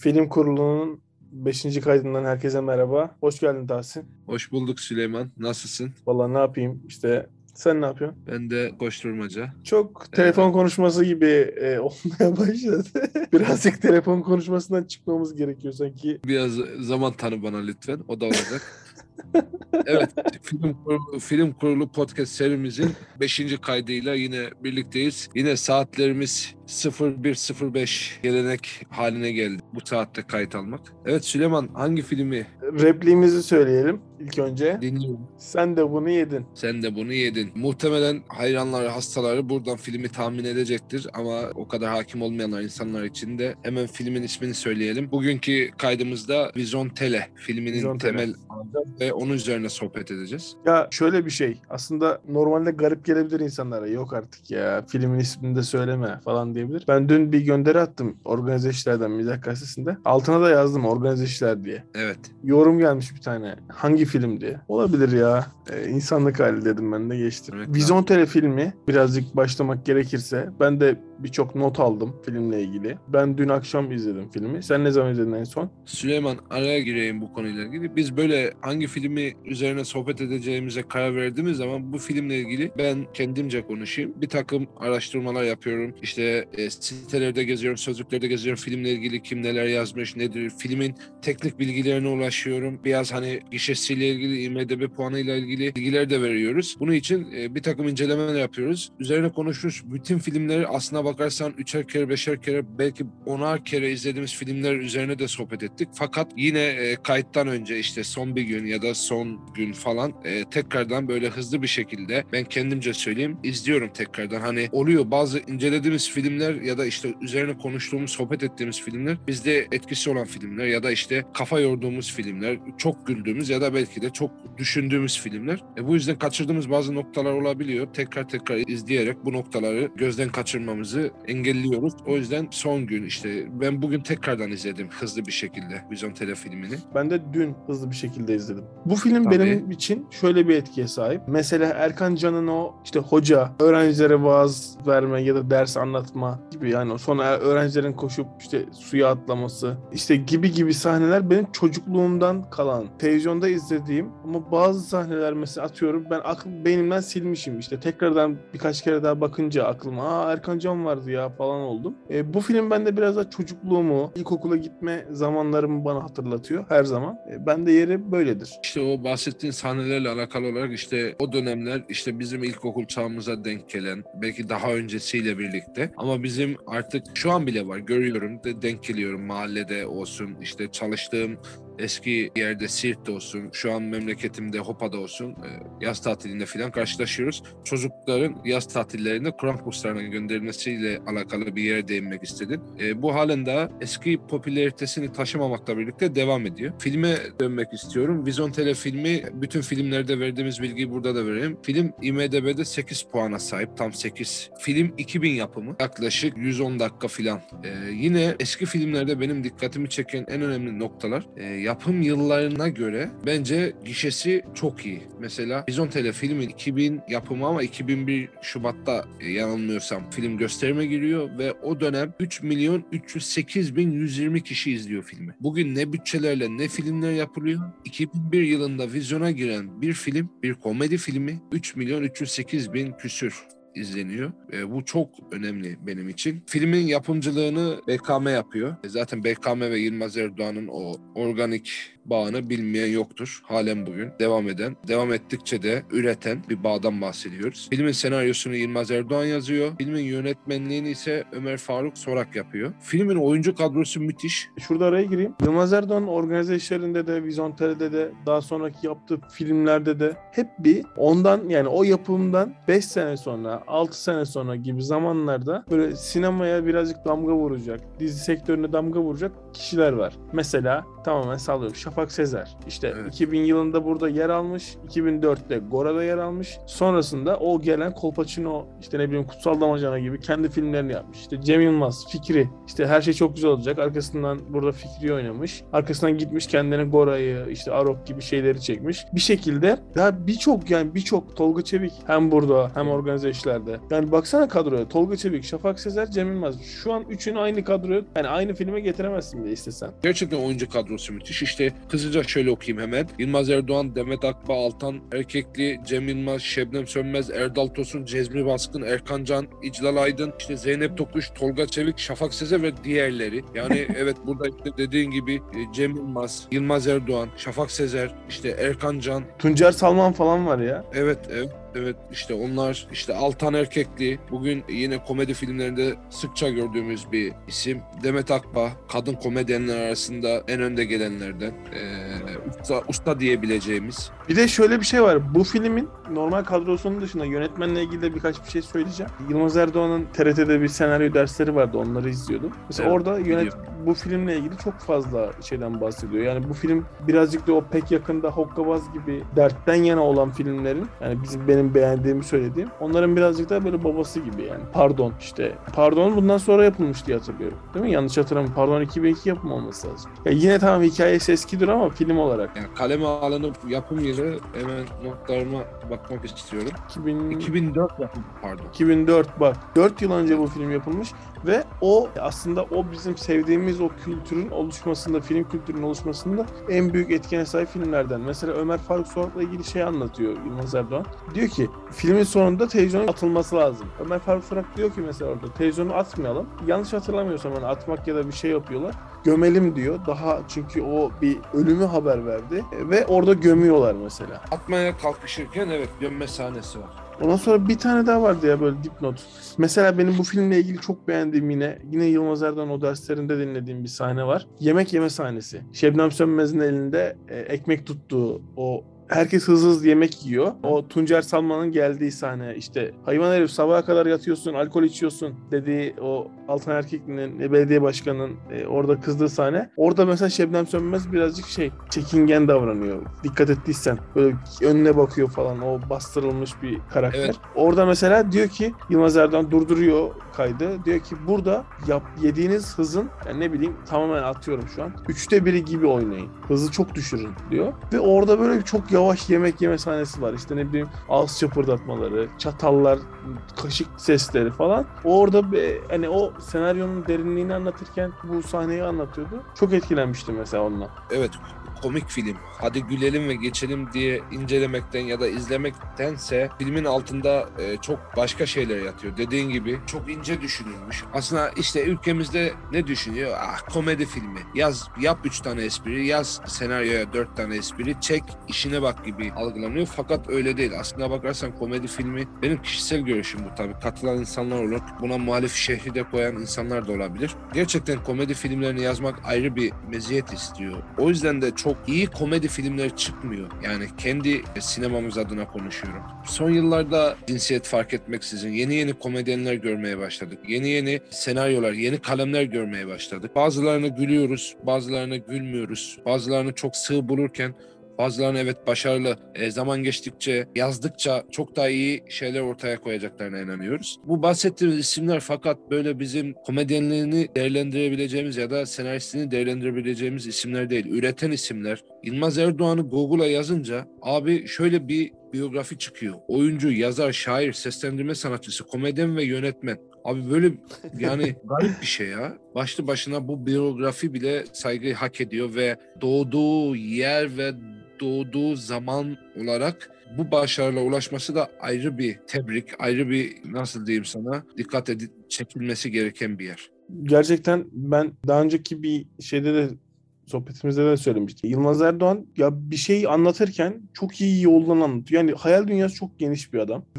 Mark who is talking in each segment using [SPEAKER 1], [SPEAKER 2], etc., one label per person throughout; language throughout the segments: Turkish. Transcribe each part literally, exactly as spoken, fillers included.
[SPEAKER 1] Film Kurulu'nun beşinci kaydından herkese merhaba. Hoş geldin Tahsin.
[SPEAKER 2] Hoş bulduk Süleyman. Nasılsın?
[SPEAKER 1] Vallahi ne yapayım işte, sen ne yapıyorsun?
[SPEAKER 2] Ben de koşturmaca.
[SPEAKER 1] Çok
[SPEAKER 2] Ee,
[SPEAKER 1] telefon konuşması gibi e, olmaya başladı. Birazcık telefon konuşmasından çıkmamız gerekiyor sanki.
[SPEAKER 2] biraz zaman tanı bana lütfen. O da olacak. Evet, film kurulu, film kurulu podcast serimizin beşinci kaydıyla yine birlikteyiz. Yine saatlerimiz sıfır bir sıfır beş gelenek haline geldi bu saatte kayıt almak. Evet Süleyman, hangi filmi
[SPEAKER 1] Repliğimizi söyleyelim ilk önce.
[SPEAKER 2] dinliyorum?
[SPEAKER 1] Sen de bunu yedin.
[SPEAKER 2] Sen de bunu yedin. Muhtemelen hayranları, hastaları buradan filmi tahmin edecektir ama o kadar hakim olmayanlar insanlar için de hemen filmin ismini söyleyelim. Bugünkü kaydımızda Vizontele filminin
[SPEAKER 1] Vizontele.
[SPEAKER 2] temel adı ve onun üzerine sohbet edeceğiz.
[SPEAKER 1] Ya şöyle bir şey. Aslında normalde garip gelebilir insanlara. Yok artık ya, filmin ismini de söyleme falan diyebilir. Ben dün bir gönderi attım Organize İşler'den, Mizah Gazetesi'nde. Altına da yazdım Organize İşler diye.
[SPEAKER 2] Evet.
[SPEAKER 1] Yorum gelmiş bir tane. Hangi film diye. Olabilir ya. Ee, insanlık hali dedim, ben de geçtim.
[SPEAKER 2] Evet,
[SPEAKER 1] Vizontele filmi, birazcık başlamak gerekirse, ben de birçok not aldım filmle ilgili. Ben dün akşam izledim filmi. Sen ne zaman izledin en son?
[SPEAKER 2] Süleyman, araya gireyim bu konuyla ilgili. Biz böyle hangi filmi üzerine sohbet edeceğimize karar verdiğimiz zaman bu filmle ilgili ben kendimce konuşayım. Bir takım araştırmalar yapıyorum. İşte e, sitelerde geziyorum, sözlüklerde geziyorum. Filmle ilgili kim neler yazmış, nedir? Filmin teknik bilgilerine ulaşıyorum. Biraz hani gişesiyle ilgili, IMDb puanıyla ilgili bilgiler de veriyoruz. Bunun için e, bir takım incelemeler yapıyoruz. Üzerine konuşmuş bütün filmleri aslına bakarsan üçer kere, beşer kere, belki onar kere izlediğimiz filmler üzerine de sohbet ettik. Fakat yine e, kayıttan önce işte son bir gün ya da son gün falan e, tekrardan böyle hızlı bir şekilde ben kendimce söyleyeyim izliyorum tekrardan. Hani oluyor bazı incelediğimiz filmler ya da işte üzerine konuştuğumuz, sohbet ettiğimiz filmler bizde etkisi olan filmler ya da işte kafa yorduğumuz filmler, çok güldüğümüz ya da belki de çok düşündüğümüz filmler. E, bu yüzden kaçırdığımız bazı noktalar olabiliyor. Tekrar tekrar izleyerek bu noktaları gözden kaçırmamızı engelliyoruz. O yüzden son gün işte ben bugün tekrardan izledim hızlı bir şekilde Vizontele filmini.
[SPEAKER 1] Ben de dün hızlı bir şekilde izledim. Bu film
[SPEAKER 2] Tabii.
[SPEAKER 1] benim için şöyle bir etkiye sahip. Mesela Erkan Can'ın o işte hoca, öğrencilere vaaz verme ya da ders anlatma gibi, yani sonra öğrencilerin koşup işte suya atlaması işte gibi gibi sahneler benim çocukluğumdan kalan, televizyonda izlediğim ama bazı sahneler mesela atıyorum ben akıl beynimden silmişim, işte tekrardan birkaç kere daha bakınca aklıma aa Erkan Can vardı ya falan oldum. E, bu film bende biraz da çocukluğumu, ilkokula gitme zamanlarımı bana hatırlatıyor her zaman. E, bende yeri böyledir.
[SPEAKER 2] İşte o bahsettiğin sahnelerle alakalı olarak işte o dönemler işte bizim ilkokul çağımıza denk gelen, belki daha öncesiyle birlikte ama bizim artık şu an bile var, görüyorum de denk geliyorum, mahallede olsun, işte çalıştığım eski yerde Siirt'te olsun, şu an memleketimde Hopa'da olsun, e, yaz tatilinde falan karşılaşıyoruz. Çocukların yaz tatillerinde Kur'an kurslarına gönderilmesiyle alakalı bir yere değinmek istedim. E, bu halen daha eski popülaritesini taşımamakla birlikte devam ediyor. Filme dönmek istiyorum. Vizontele filmi, bütün filmlerde verdiğimiz bilgiyi burada da vereyim. Film IMDb'de sekiz puana sahip, tam sekiz. Film iki bin yapımı, yaklaşık yüz on dakika falan. E, yine eski filmlerde benim dikkatimi çeken en önemli noktalar, e, yapım yıllarına göre bence gişesi çok iyi. Mesela Vizontele filmin iki bin yapımı ama iki bin bir Şubat'ta e, yanılmıyorsam film gösterime giriyor ve o dönem üç milyon üç yüz sekiz bin yüz yirmi kişi izliyor filmi. Bugün ne bütçelerle ne filmler yapılıyor? iki bin bir yılında vizyona giren bir film, bir komedi filmi üç milyon üç yüz sekiz bin küsür izleniyor. E, bu çok önemli benim için. Filmin yapımcılığını B K M yapıyor. E, zaten B K M ve Yılmaz Erdoğan'ın o organik bağını bilmeyen yoktur. Halen bugün devam eden, devam ettikçe de üreten bir bağdan bahsediyoruz. Filmin senaryosunu Yılmaz Erdoğan yazıyor. Filmin yönetmenliğini ise Ömer Faruk Sorak yapıyor. Filmin oyuncu kadrosu müthiş.
[SPEAKER 1] Şurada araya gireyim. Yılmaz Erdoğan Organize İşler'inde de, Vizontele'de de, daha sonraki yaptığı filmlerde de hep bir ondan, yani o yapımdan beş sene sonra, altı sene sonra gibi zamanlarda böyle sinemaya birazcık damga vuracak, dizi sektörüne damga vuracak kişiler var. Mesela tamamen sallıyorum, Şafak Şafak Sezer. İşte
[SPEAKER 2] Evet.
[SPEAKER 1] iki bin yılında burada yer almış. iki bin dörtte Gora'da yer almış. Sonrasında o gelen Kolpaçino, işte ne bileyim Kutsal Damacana gibi kendi filmlerini yapmış. İşte Cem Yılmaz, Fikri. İşte Her Şey Çok Güzel Olacak. Arkasından burada Fikri oynamış. Arkasından gitmiş kendine Gora'yı, işte Arok gibi şeyleri çekmiş. Bir şekilde ya birçok yani birçok Tolga Çevik hem burada hem organize işlerde. Yani baksana kadroya. Tolga Çevik, Şafak Sezer, Cem Yılmaz. Şu an üçünü aynı kadroya, yani aynı filme getiremezsin bile istesen.
[SPEAKER 2] Gerçekten oyuncu kadrosu müthiş. İşte hızlıca şöyle okuyayım hemen. Yılmaz Erdoğan, Demet Akbağ, Altan Erkekli, Cem Yılmaz, Şebnem Sönmez, Erdal Tosun, Cezmi Baskın, Erkan Can, İclal Aydın, işte Zeynep Tokuş, Tolga Çevik, Şafak Sezer ve diğerleri. Yani evet, burada işte dediğin gibi Cem Yılmaz, Yılmaz Erdoğan, Şafak Sezer, işte Erkan Can.
[SPEAKER 1] Tuncer Salman falan var ya.
[SPEAKER 2] Evet, evet. Evet, işte onlar, işte Altan Erkekli, bugün yine komedi filmlerinde sıkça gördüğümüz bir isim. Demet Akbağ, kadın komedyenler arasında en önde gelenlerden. Ee, usta, usta diyebileceğimiz.
[SPEAKER 1] Bir de şöyle bir şey var. Bu filmin normal kadrosunun dışında yönetmenle ilgili de birkaç bir şey söyleyeceğim. Yılmaz Erdoğan'ın T R T'de bir senaryo dersleri vardı. Onları izliyordum. Mesela
[SPEAKER 2] Evet,
[SPEAKER 1] orada yönet bu filmle ilgili çok fazla şeyden bahsediyor. Yani bu film birazcık da o pek yakında Hokkabaz gibi dertten yana olan filmlerin, yani bizim benim beğendiğimi söylediğim, onların birazcık daha böyle babası gibi yani. Pardon işte. Pardon bundan sonra yapılmış diye hatırlıyorum. Değil mi? Yanlış hatırlamıyorum. Pardon iki bin iki yapım olması lazım. Ya yine tamam hikayesi eskidir ama film olarak.
[SPEAKER 2] Yani kaleme alınıp yapım yılı, hemen notlarıma bakmak istiyorum.
[SPEAKER 1] iki bin...
[SPEAKER 2] iki bin dört yapım, pardon.
[SPEAKER 1] iki bin dört bak. dört yıl önce bu film yapılmış ve o aslında o bizim sevdiğimiz o kültürün oluşmasında, film kültürünün oluşmasında en büyük etkene sahip filmlerden. Mesela Ömer Faruk Soğuk'la ilgili şey anlatıyor Yılmaz Erdoğan. Diyor ki filmin sonunda televizyonun atılması lazım. Ömer Faruk Soğuk diyor ki mesela orada televizyonu atmayalım. Yanlış hatırlamıyorsam hani atmak ya da bir şey yapıyorlar. Gömelim diyor. Daha çünkü o bir ölümü haber verdi ve orada gömüyorlar mesela.
[SPEAKER 2] Atmaya kalkışırken evet gömme sahnesi var.
[SPEAKER 1] Ondan sonra bir tane daha vardı ya böyle dipnot. Mesela benim bu filmle ilgili çok beğendiğim yine yine Yılmaz Erdoğan o derslerinde dinlediğim bir sahne var. Yemek yeme sahnesi. Şebnem Sönmez'in elinde e, ekmek tuttuğu o, herkes hızlı hızlı yemek yiyor. O Tuncer Salman'ın geldiği sahne, işte hayvan herif sabaha kadar yatıyorsun, alkol içiyorsun dediği o Altan Erkekli'nin e, belediye başkanının e, orada kızdığı sahne. Orada mesela Şebnem Sönmez birazcık şey çekingen davranıyor. Dikkat ettiysen böyle önüne bakıyor falan, o bastırılmış bir karakter.
[SPEAKER 2] Evet.
[SPEAKER 1] Orada mesela diyor ki Yılmaz Erdoğan durduruyor kaydı. Diyor ki burada yap, yediğiniz hızın, yani ne bileyim tamamen atıyorum şu an, üçte biri gibi oynayın. Hızı çok düşürün diyor. Ve orada böyle çok yavaş yemek yeme sahnesi var. İşte ne bileyim ağız çapırdatmaları, çatallar, kaşık sesleri falan. Orada bir, hani o senaryonun derinliğini anlatırken bu sahneyi anlatıyordu. Çok etkilenmiştim mesela onunla.
[SPEAKER 2] Evet, komik film. Hadi gülelim ve geçelim diye incelemekten ya da izlemektense filmin altında e, çok başka şeyler yatıyor. Dediğin gibi çok ince düşünülmüş. Aslında işte ülkemizde ne düşünüyor? Ah, komedi filmi. Yaz, yap üç tane espri, yaz senaryoya dört tane espri, çek işine bak gibi algılanıyor. Fakat öyle değil. Aslına bakarsan komedi filmi, benim kişisel görüşüm bu tabii. Katılan insanlar olur. Buna muhalif şehri de koyan insanlar da olabilir. Gerçekten komedi filmlerini yazmak ayrı bir meziyet istiyor. O yüzden de çok iyi komedi filmleri çıkmıyor. Yani kendi sinemamız adına konuşuyorum. Son yıllarda cinsiyet fark etmeksizin yeni yeni komedyenler görmeye başladık. Yeni yeni senaryolar, yeni kalemler görmeye başladık. Bazılarına gülüyoruz, bazılarına gülmüyoruz. Bazılarını çok sığ bulurken bazılarını evet başarılı, e, zaman geçtikçe, yazdıkça çok daha iyi şeyler ortaya koyacaklarına inanıyoruz. Bu bahsettiğimiz isimler fakat böyle bizim komedyenliğini değerlendirebileceğimiz ya da senaristini değerlendirebileceğimiz isimler değil. Üreten isimler. Yılmaz Erdoğan'ı Google'a yazınca abi şöyle bir biyografi çıkıyor. Oyuncu, yazar, şair, seslendirme sanatçısı, komedyen ve yönetmen. Abi böyle yani garip bir şey ya. Başlı başına bu biyografi bile saygıyı hak ediyor ve doğduğu yer ve doğduğu zaman olarak bu başarıla ulaşması da ayrı bir tebrik, ayrı bir nasıl diyeyim sana dikkat edip çekilmesi gereken bir yer.
[SPEAKER 1] Gerçekten ben daha önceki bir şeyde de sohbetimizde de söylemiştim. Yılmaz Erdoğan ya bir şeyi anlatırken çok iyi yoldan anlatıyor. Yani hayal dünyası çok geniş bir adam ve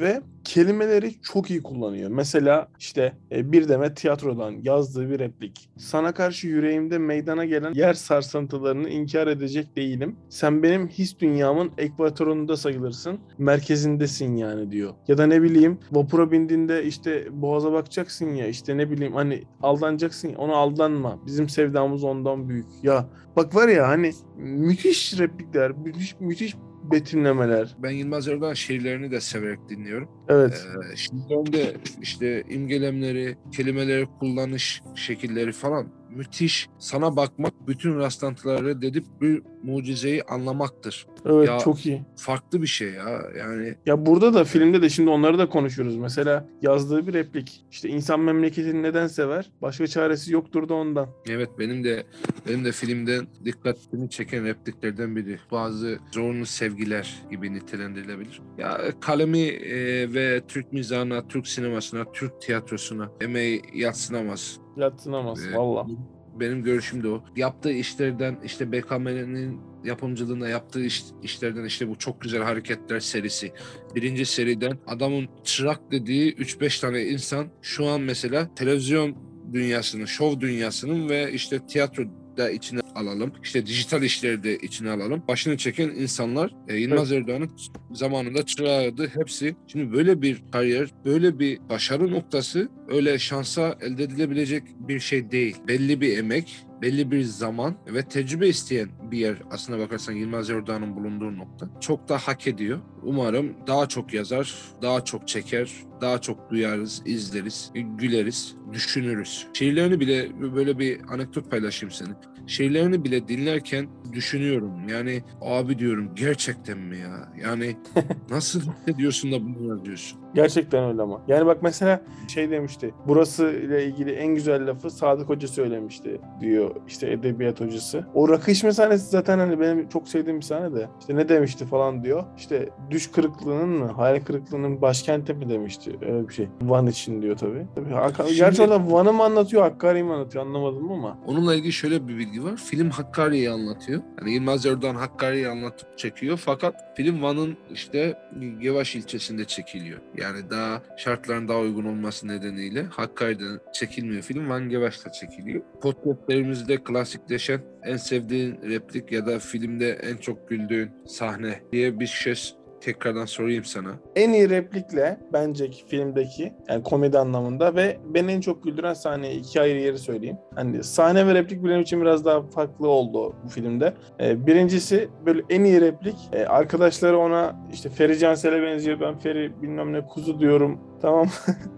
[SPEAKER 1] kelimeleri çok iyi kullanıyor. Mesela işte e, bir demet tiyatrodan yazdığı bir replik. Sana karşı yüreğimde meydana gelen yer sarsıntılarını inkar edecek değilim. Sen benim his dünyamın ekvatorunda sayılırsın. Merkezindesin yani diyor. Ya da ne bileyim vapura bindiğinde işte boğaza bakacaksın ya işte ne bileyim hani aldanacaksın ya, ona aldanma. Bizim sevdamız ondan büyük. Ya bak var ya hani müthiş replikler, müthiş müthiş betimlemeler.
[SPEAKER 2] Ben Yılmaz Erdoğan şiirlerini de severek dinliyorum.
[SPEAKER 1] Evet.
[SPEAKER 2] Ee, şiirlerinde işte imgelemleri, kelimeleri kullanış şekilleri falan müthiş. Sana bakmak bütün rastlantıları reddedip bir mucizeyi anlamaktır.
[SPEAKER 1] Evet
[SPEAKER 2] Ya
[SPEAKER 1] çok iyi.
[SPEAKER 2] farklı bir şey ya. Yani
[SPEAKER 1] Ya burada da filmde de şimdi onları da konuşuyoruz. Mesela yazdığı bir replik. İşte insan memleketini neden sever? Başka çaresi yoktur da ondan.
[SPEAKER 2] evet, benim de benim de filmden dikkatimi çeken repliklerden biri. Bazı zorunlu sevgiler gibi nitelendirilebilir. Ya kalemi e, ve Türk mizahına, Türk sinemasına, Türk tiyatrosuna emeği yadsınamaz.
[SPEAKER 1] Yadsınamaz
[SPEAKER 2] E,
[SPEAKER 1] valla.
[SPEAKER 2] Benim görüşüm de o. Yaptığı işlerden işte B K M'nin yapımcılığında yaptığı iş, işlerden işte bu Çok Güzel Hareketler serisi. Birinci seriden adamın çırak dediği üç beş tane insan şu an mesela televizyon dünyasının, şov dünyasının ve işte tiyatro da içine alalım. İşte dijital işleri de içine alalım. Başını çeken insanlar e, Yılmaz Erdoğan'ın zamanında çırağıydı hepsi. Şimdi böyle bir kariyer, böyle bir başarı noktası öyle şansa elde edilebilecek bir şey değil. Belli bir emek, belli bir zaman ve tecrübe isteyen bir yer aslına bakarsan Yılmaz Erdoğan'ın bulunduğu nokta. Çok da hak ediyor. Umarım daha çok yazar, daha çok çeker, daha çok duyarız, izleriz, güleriz, düşünürüz. Şiirlerini bile böyle bir anekdot paylaşayım senin. Şiirlerini bile dinlerken düşünüyorum. Yani abi diyorum gerçekten mi ya? Yani nasıl hissediyorsun da bunu yazıyorsun?
[SPEAKER 1] Gerçekten öyle ama. Yani bak mesela şey demişti. Burası ile ilgili en güzel lafı Sadık Hoca söylemişti diyor işte edebiyat hocası. O rakı içme sahnesi zaten hani benim çok sevdiğim bir sahne de. İşte ne demişti falan diyor. İşte düş kırıklığının mı, hayal kırıklığının başkenti mi demişti. Öyle bir şey. Van için diyor tabii. Tabii Hak-
[SPEAKER 2] Şimdi-
[SPEAKER 1] Gerçi orada Van'ı mı anlatıyor, Hakkari'yi mi anlatıyor anlamadım ama.
[SPEAKER 2] Onunla ilgili şöyle bir bilgi var. Film Hakkari'yi anlatıyor. Yani Yılmaz Erdoğan Hakkari'yi anlatıp çekiyor. Fakat film Van'ın işte Gevaş ilçesinde çekiliyor. Yani daha şartların daha uygun olması nedeniyle Hakkari'den çekilmiyor film. Van Gevaş'ta çekiliyor. Podcastlerimizde klasikleşen en sevdiğin replik ya da filmde en çok güldüğün sahne diye bir şey tekrardan sorayım sana.
[SPEAKER 1] En iyi replikle bence ki filmdeki yani komedi anlamında ve beni en çok güldüren sahneyi iki ayrı yeri söyleyeyim. Hani sahne ve replik benim için biraz daha farklı oldu bu filmde. Ee, birincisi böyle en iyi replik e, arkadaşları ona işte Feri Cansel'e benziyor, ben Feri bilmem ne kuzu diyorum, tamam.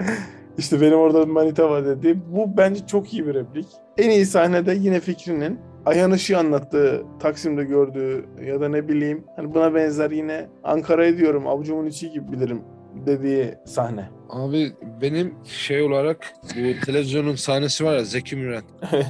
[SPEAKER 1] İşte benim orada bir manita var dedi. Bu bence çok iyi bir replik. En iyi sahnede yine Fikri'nin Ayhan Işık'ı anlattığı, Taksim'de gördüğü ya da ne bileyim hani buna benzer yine Ankara'yı diyorum avucumun içi gibi bilirim dediği sahne.
[SPEAKER 2] Abi benim şey olarak bu televizyonun sahnesi var ya Zeki Müren.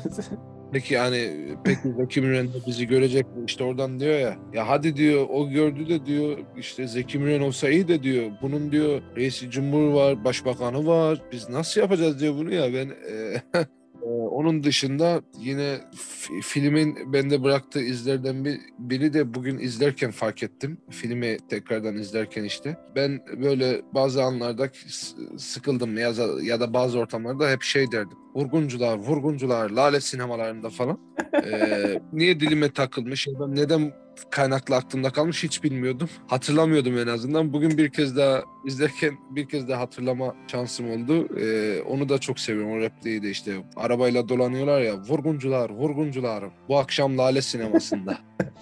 [SPEAKER 2] Peki hani peki Zeki Müren de bizi görecek mi? İşte oradan diyor ya. Ya hadi diyor o gördü de diyor işte Zeki Müren olsa iyi de diyor. Bunun diyor reisi cumhur var, başbakanı var. Biz nasıl yapacağız diyor bunu ya. Ben e, e, onun dışında yine f- filmin bende bıraktığı izlerden bir, biri de bugün izlerken fark ettim. Filmi tekrardan izlerken işte. Ben böyle bazı anlarda s- sıkıldım ya, da- ya da bazı ortamlarda hep şey derdim. Vurguncular, vurguncular, Lale sinemalarında falan. Ee, niye dilime takılmış ya da neden kaynaklı aklımda kalmış hiç bilmiyordum. Hatırlamıyordum en azından. Bugün bir kez daha izlerken bir kez daha hatırlama şansım oldu. Ee, onu da çok seviyorum. O repliği de işte arabayla dolanıyorlar ya. Vurguncular, vurguncular. Bu akşam Lale sinemasında.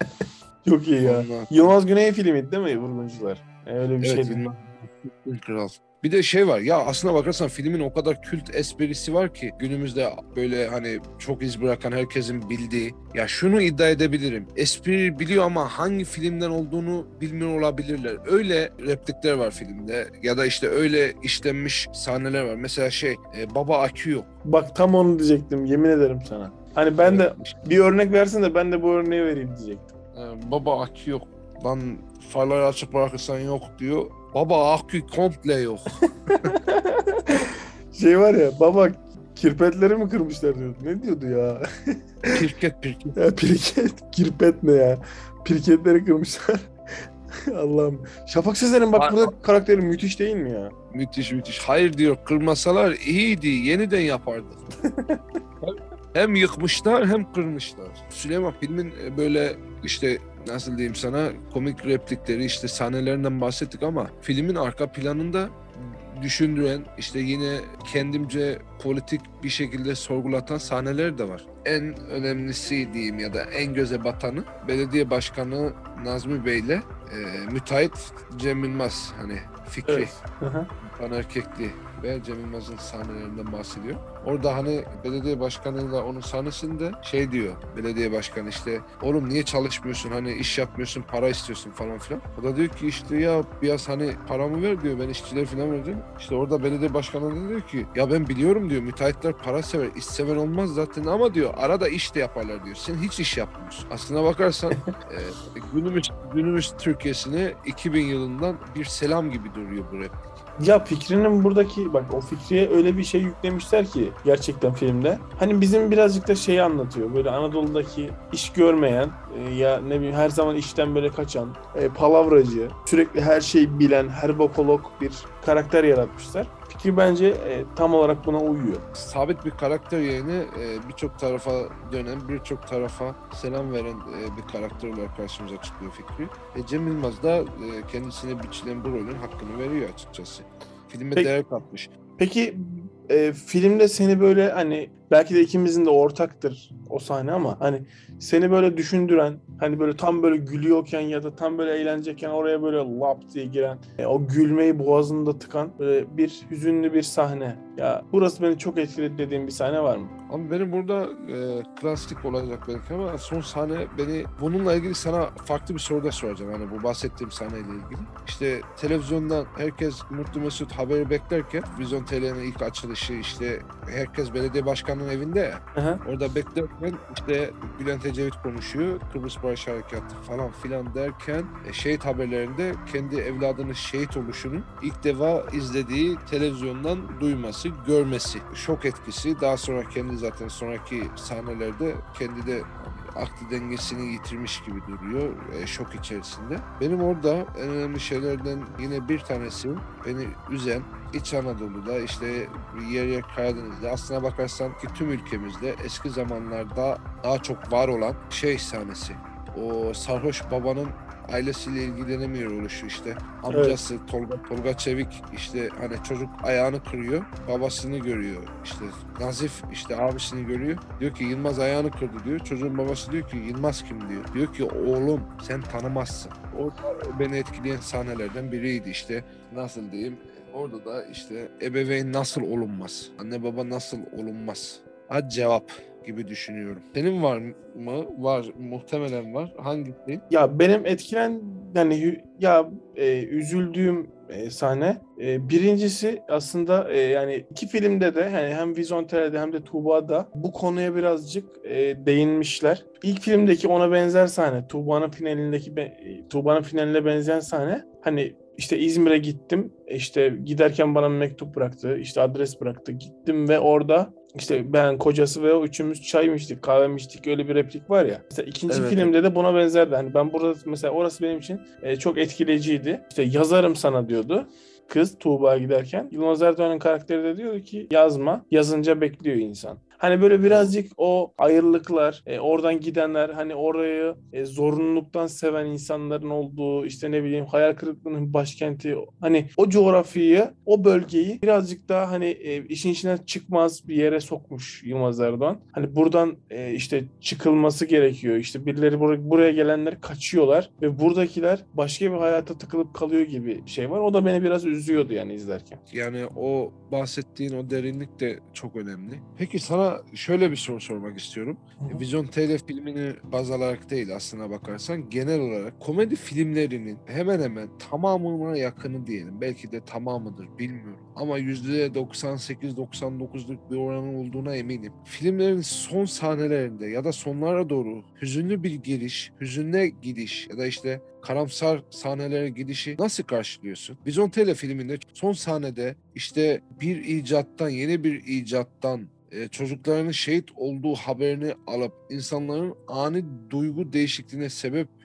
[SPEAKER 1] Çok iyi ya.
[SPEAKER 2] Ondan.
[SPEAKER 1] Yılmaz Güney filmiydi değil mi Vurguncular? E, Öyle bir
[SPEAKER 2] Evet,
[SPEAKER 1] şeydi.
[SPEAKER 2] Yılmaz Güney Kral. Bir de şey var ya aslına bakarsan filmin o kadar kült esprisi var ki günümüzde böyle hani çok iz bırakan herkesin bildiği. Ya şunu iddia edebilirim. Espri biliyor ama hangi filmden olduğunu bilmiyor olabilirler. Öyle replikler var filmde ya da işte öyle işlenmiş sahneler var. Mesela şey e, baba akü yok.
[SPEAKER 1] Bak tam onu diyecektim yemin ederim sana. Hani ben de
[SPEAKER 2] Evet, işte,
[SPEAKER 1] bir örnek versin de ben de bu örneği vereyim diyecektim.
[SPEAKER 2] e, baba akü yok. Lan farları açık bırakırsan yok diyor. Baba akü komple yok.
[SPEAKER 1] Şey var ya baba kirpetleri mi kırmışlar diyordu. Ne diyordu ya?
[SPEAKER 2] Pirket pirket.
[SPEAKER 1] Ya pirket, kirpet ne ya? Pirketleri kırmışlar. Allah'ım. Şafak Sezer'in bak burada karakteri müthiş değil mi ya?
[SPEAKER 2] Müthiş müthiş. Hayır diyor, kırmasalar iyiydi, yeniden yapardık. Hem yıkmışlar hem kırmışlar. Süleyman, filmin böyle işte nasıl diyeyim sana, komik replikleri, işte sahnelerinden bahsettik ama filmin arka planında düşündüren, işte yine kendimce politik bir şekilde sorgulatan sahneler de var. En önemlisi diyeyim ya da en göze batanı belediye başkanı Nazmi Bey'le e, müteahhit Cem Yılmaz, hani Fikri,
[SPEAKER 1] Evet. Hı hı.
[SPEAKER 2] Ban Erkekli ve Cem Yılmaz'ın sahnelerinden bahsediyor. Orada hani belediye başkanıyla onun sahnesinde şey diyor belediye başkanı, işte oğlum niye çalışmıyorsun, hani iş yapmıyorsun, para istiyorsun falan filan. O da diyor ki işte ya biraz hani paramı ver diyor, ben işçilere falan vereceğim. İşte orada belediye başkanı da diyor ki ya ben biliyorum diyor, müteahhitler para sever, iş sever olmaz zaten ama diyor arada iş de yaparlar diyor. Sen hiç iş yapmıyorsun. Aslına bakarsan e, günümüz, günümüz Türkiye'sine iki bin yılından bir selam gibi duruyor bu rap.
[SPEAKER 1] Ya Fikri'nin buradaki, bak o Fikri'ye öyle bir şey yüklemişler ki gerçekten filmde. Hani bizim birazcık da şeyi anlatıyor. Böyle Anadolu'daki iş görmeyen e, ya ne bileyim her zaman işten böyle kaçan, e, palavracı, sürekli her şeyi bilen, her bokolog bir karakter yaratmışlar. Fikri bence e, tam olarak buna uyuyor.
[SPEAKER 2] Sabit bir karakter yerine e, birçok tarafa dönen, birçok tarafa selam veren e, bir karakter olarak karşımıza çıkıyor Fikri. E, Cem Yılmaz da e, kendisine biçilen bu rolün hakkını veriyor açıkçası. Filme
[SPEAKER 1] Peki,
[SPEAKER 2] değer katmış.
[SPEAKER 1] peki e, filmde seni böyle hani belki de ikimizin de ortaktır o sahne ama hani seni böyle düşündüren, hani böyle tam böyle gülüyorken ya da tam böyle eğlenecekken oraya böyle lap diye giren, e, o gülmeyi boğazında tıkan böyle bir hüzünlü bir sahne. Ya burası beni çok etkiledi dediğim bir sahne var mı?
[SPEAKER 2] Ama benim burada e, klasik olacak belki ama son sahne beni, bununla ilgili sana farklı bir soru da soracağım. Hani bu bahsettiğim sahneyle ilgili. İşte televizyondan herkes Mutlu Mesut haberi beklerken, Vizyon T L'nin ilk açılışı, işte herkes belediye başkanının evinde ya.
[SPEAKER 1] Aha.
[SPEAKER 2] Orada beklerken işte Bülent Ecevit konuşuyor. Kıbrıs Barış Harekatı falan filan derken e, şehit haberlerinde kendi evladının şehit oluşunu ilk defa izlediği, televizyondan duyması, görmesi. Şok etkisi. Daha sonra kendi zaten sonraki sahnelerde kendi de aklı dengesini yitirmiş gibi duruyor. E, şok içerisinde. Benim orada en önemli şeylerden yine bir tanesi beni üzen, İç Anadolu'da, işte yer yer Karadeniz'de, aslına bakarsan ki tüm ülkemizde eski zamanlarda daha çok var olan şey sahnesi. O sarhoş babanın ailesiyle ilgilenemiyor oluşu, işte amcası evet. Tolga, Tolga Çevik, işte hani çocuk ayağını kırıyor, babasını görüyor, işte Nazif işte abisini görüyor, diyor ki Yılmaz ayağını kırdı diyor, çocuğun babası diyor ki Yılmaz kim diyor, diyor ki oğlum sen tanımazsın. O beni etkileyen sahnelerden biriydi, işte nasıl diyeyim, orada da işte ebeveyn nasıl olunmaz, anne baba nasıl olunmaz, ha cevap gibi düşünüyorum. Senin var mı? Var. Muhtemelen var. Hangisi?
[SPEAKER 1] Ya benim etkilen yani ya e, üzüldüğüm e, sahne e, birincisi aslında e, yani iki filmde de yani hem Vizyon T L'de hem de Tuğba'da bu konuya birazcık e, değinmişler. İlk filmdeki ona benzer sahne, Tuğba'nın finalindeki be, Tuğba'nın finaline benzeyen sahne, hani işte İzmir'e gittim, işte giderken bana bir mektup bıraktı, işte adres bıraktı, gittim ve orada İşte ben, kocası ve o üçümüz çay mı içtik, kahve mi içtik, öyle bir replik var ya. Mesela ikinci
[SPEAKER 2] Evet, evet.
[SPEAKER 1] filmde de buna benzerdi. Hani ben burada mesela orası benim için e, çok etkileyiciydi. İşte yazarım sana diyordu kız Tuğba giderken. Yılmaz Erdoğan'ın karakteri de diyor ki yazma, yazınca bekliyor insan. Hani böyle birazcık o ayrılıklar, e, oradan gidenler, hani orayı e, zorunluluktan seven insanların olduğu, işte ne bileyim hayal kırıklığının başkenti, hani o coğrafyayı, o bölgeyi birazcık daha hani e, işin içinden çıkmaz bir yere sokmuş Yılmaz Erdoğan. Hani buradan e, işte çıkılması gerekiyor. İşte birileri bur- buraya gelenler kaçıyorlar ve buradakiler başka bir hayata tıkılıp kalıyor gibi bir şey var. O da beni biraz üzüyordu yani izlerken.
[SPEAKER 2] Yani o bahsettiğin o derinlik de çok önemli. Peki sana şöyle bir soru sormak istiyorum.
[SPEAKER 1] Hı hı.
[SPEAKER 2] Vizyon T L filmini baz alarak değil, aslına bakarsan genel olarak komedi filmlerinin hemen hemen tamamına yakını diyelim. Belki de tamamıdır, bilmiyorum. Ama yüzde doksan sekiz doksan dokuzluk bir oranın olduğuna eminim. Filmlerin son sahnelerinde ya da sonlara doğru hüzünlü bir giriş, hüzünle gidiş ya da işte karamsar sahnelere gidişi nasıl karşılıyorsun? Vizyon T L filminde son sahnede işte bir icattan, yeni bir icattan e, çocuklarının şehit olduğu haberini alıp insanların ani duygu değişikliğine sebep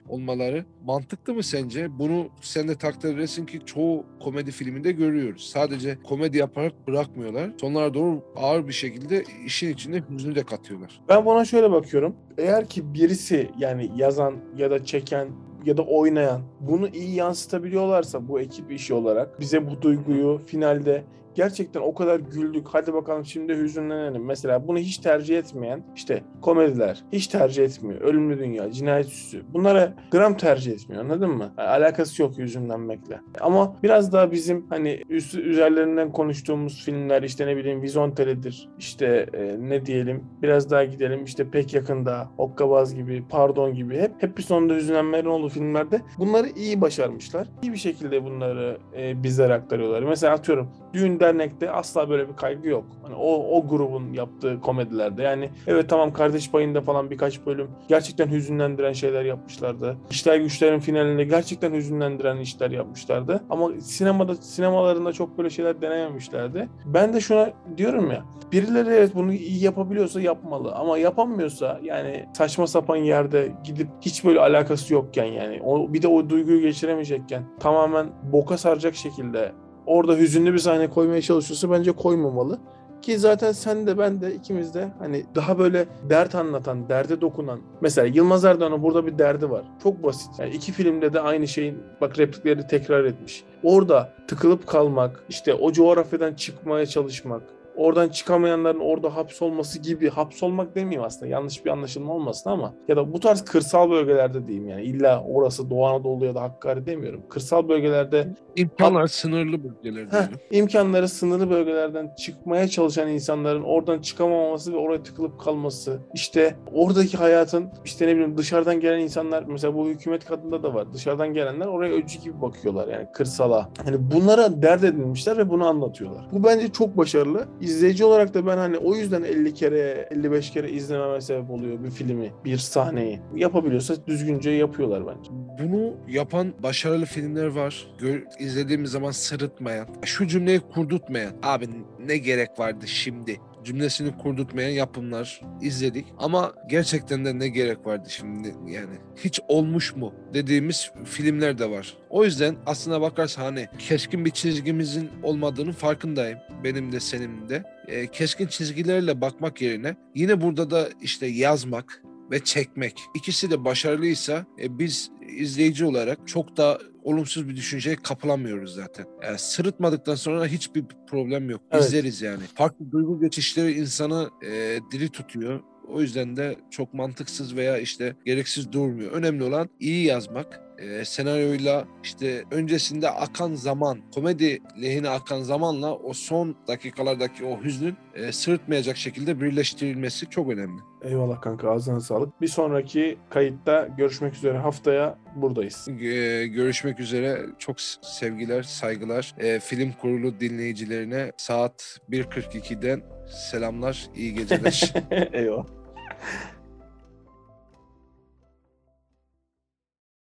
[SPEAKER 2] olmaları mantıklı mı sence? Bunu sen de takdir edersin ki çoğu komedi filminde görüyoruz. Sadece komedi yaparak bırakmıyorlar. Sonlara doğru ağır bir şekilde işin içine hüznü de katıyorlar.
[SPEAKER 1] Ben buna şöyle bakıyorum. Eğer ki birisi, yani yazan ya da çeken ya da oynayan bunu iyi yansıtabiliyorlarsa bu ekip işi olarak, bize bu duyguyu finalde gerçekten o kadar güldük, hadi bakalım şimdi hüzünlenelim. Mesela bunu hiç tercih etmeyen işte komediler hiç tercih etmiyor. Ölümlü Dünya, Cinayet Süsü, bunlara gram tercih etmiyor, anladın mı? Yani alakası yok hüzünlenmekle. Ama biraz daha bizim hani üst, üzerlerinden konuştuğumuz filmler, işte ne bileyim Vizontele'dir, işte e, ne diyelim, biraz daha gidelim işte Pek Yakında, Hokkabaz gibi, Pardon gibi, hep hep bir sonunda hüzünlenmelerin olduğu filmlerde bunları iyi başarmışlar. İyi bir şekilde bunları e, bizlere aktarıyorlar. Mesela atıyorum Düğün Dernek'te asla böyle bir kaygı yok. Hani o o grubun yaptığı komedilerde, yani evet tamam, Kardeş Payı'nda falan birkaç bölüm gerçekten hüzünlendiren şeyler yapmışlardı. İşler Güçler'in finalinde gerçekten hüzünlendiren işler yapmışlardı. Ama sinemada sinemalarında çok böyle şeyler denememişlerdi. Ben de şuna diyorum ya, birileri evet bunu iyi yapabiliyorsa yapmalı, ama yapamıyorsa, yani saçma sapan yerde gidip hiç böyle alakası yokken, yani o bir de o duyguyu geçiremeyecekken tamamen boka saracak şekilde orada hüzünlü bir sahne koymaya çalışıyorsa bence koymamalı. Ki zaten sen de ben de ikimiz de hani daha böyle dert anlatan, derde dokunan. Mesela Yılmaz Erdoğan'ın burada bir derdi var. Çok basit. Yani iki filmde de aynı şeyin bak replikleri tekrar etmiş. Orada tıkılıp kalmak, işte o coğrafyadan çıkmaya çalışmak, oradan çıkamayanların orada hapsolması gibi, hapsolmak demeyeyim aslında, yanlış bir anlaşılma olmasın ama, ya da bu tarz kırsal bölgelerde diyeyim, yani illa orası Doğu Anadolu ya da Hakkari demiyorum. Kırsal bölgelerde
[SPEAKER 2] İmkanlar
[SPEAKER 1] hap,
[SPEAKER 2] sınırlı bölgeler
[SPEAKER 1] heh,
[SPEAKER 2] diyelim.
[SPEAKER 1] imkanları sınırlı bölgelerden çıkmaya çalışan insanların oradan çıkamaması ve oraya tıkılıp kalması. İşte oradaki hayatın, işte ne bileyim dışarıdan gelen insanlar, mesela bu Hükümet Kadın'da da var. Dışarıdan gelenler oraya öcü gibi bakıyorlar, yani kırsala. Hani bunlara dert edinmişler ve bunu anlatıyorlar. Bu bence çok başarılı. İzleyici olarak da ben hani o yüzden elli kere, elli beş kere izlememe sebep oluyor bir filmi, bir sahneyi. Yapabiliyorsa düzgünce yapıyorlar bence.
[SPEAKER 2] Bunu yapan başarılı filmler var. Gör, izlediğimiz zaman sırıtmayan, şu cümleyi kurdurtmayan, abi ne gerek vardı şimdi cümlesini kurdurtmayan yapımlar izledik. Ama gerçekten de ne gerek vardı şimdi, yani hiç olmuş mu dediğimiz filmler de var. O yüzden aslına bakarsan hani keskin bir çizgimizin olmadığının farkındayım. Benim de senin de. E, keskin çizgilerle bakmak yerine yine burada da işte yazmak ve çekmek. İkisi de başarılıysa e, biz izleyici olarak çok da olumsuz bir düşünceye kapılamıyoruz zaten. Yani sırıtmadıktan sonra hiçbir problem yok.
[SPEAKER 1] Evet.
[SPEAKER 2] İzleriz yani. Farklı duygu geçişleri insanı e, diri tutuyor. O yüzden de çok mantıksız veya işte gereksiz durmuyor. Önemli olan iyi yazmak. E, senaryoyla işte öncesinde akan zaman, komedi lehine akan zamanla o son dakikalardaki o hüznün e, sırıtmayacak şekilde birleştirilmesi çok önemli.
[SPEAKER 1] Eyvallah kanka, ağzına sağlık. Bir sonraki kayıtta görüşmek üzere. Haftaya buradayız.
[SPEAKER 2] Ee, görüşmek üzere. Çok sevgiler, saygılar. Ee, Film Kurulu dinleyicilerine saat bir kırk ikiden selamlar, iyi geceler.
[SPEAKER 1] Eyvallah.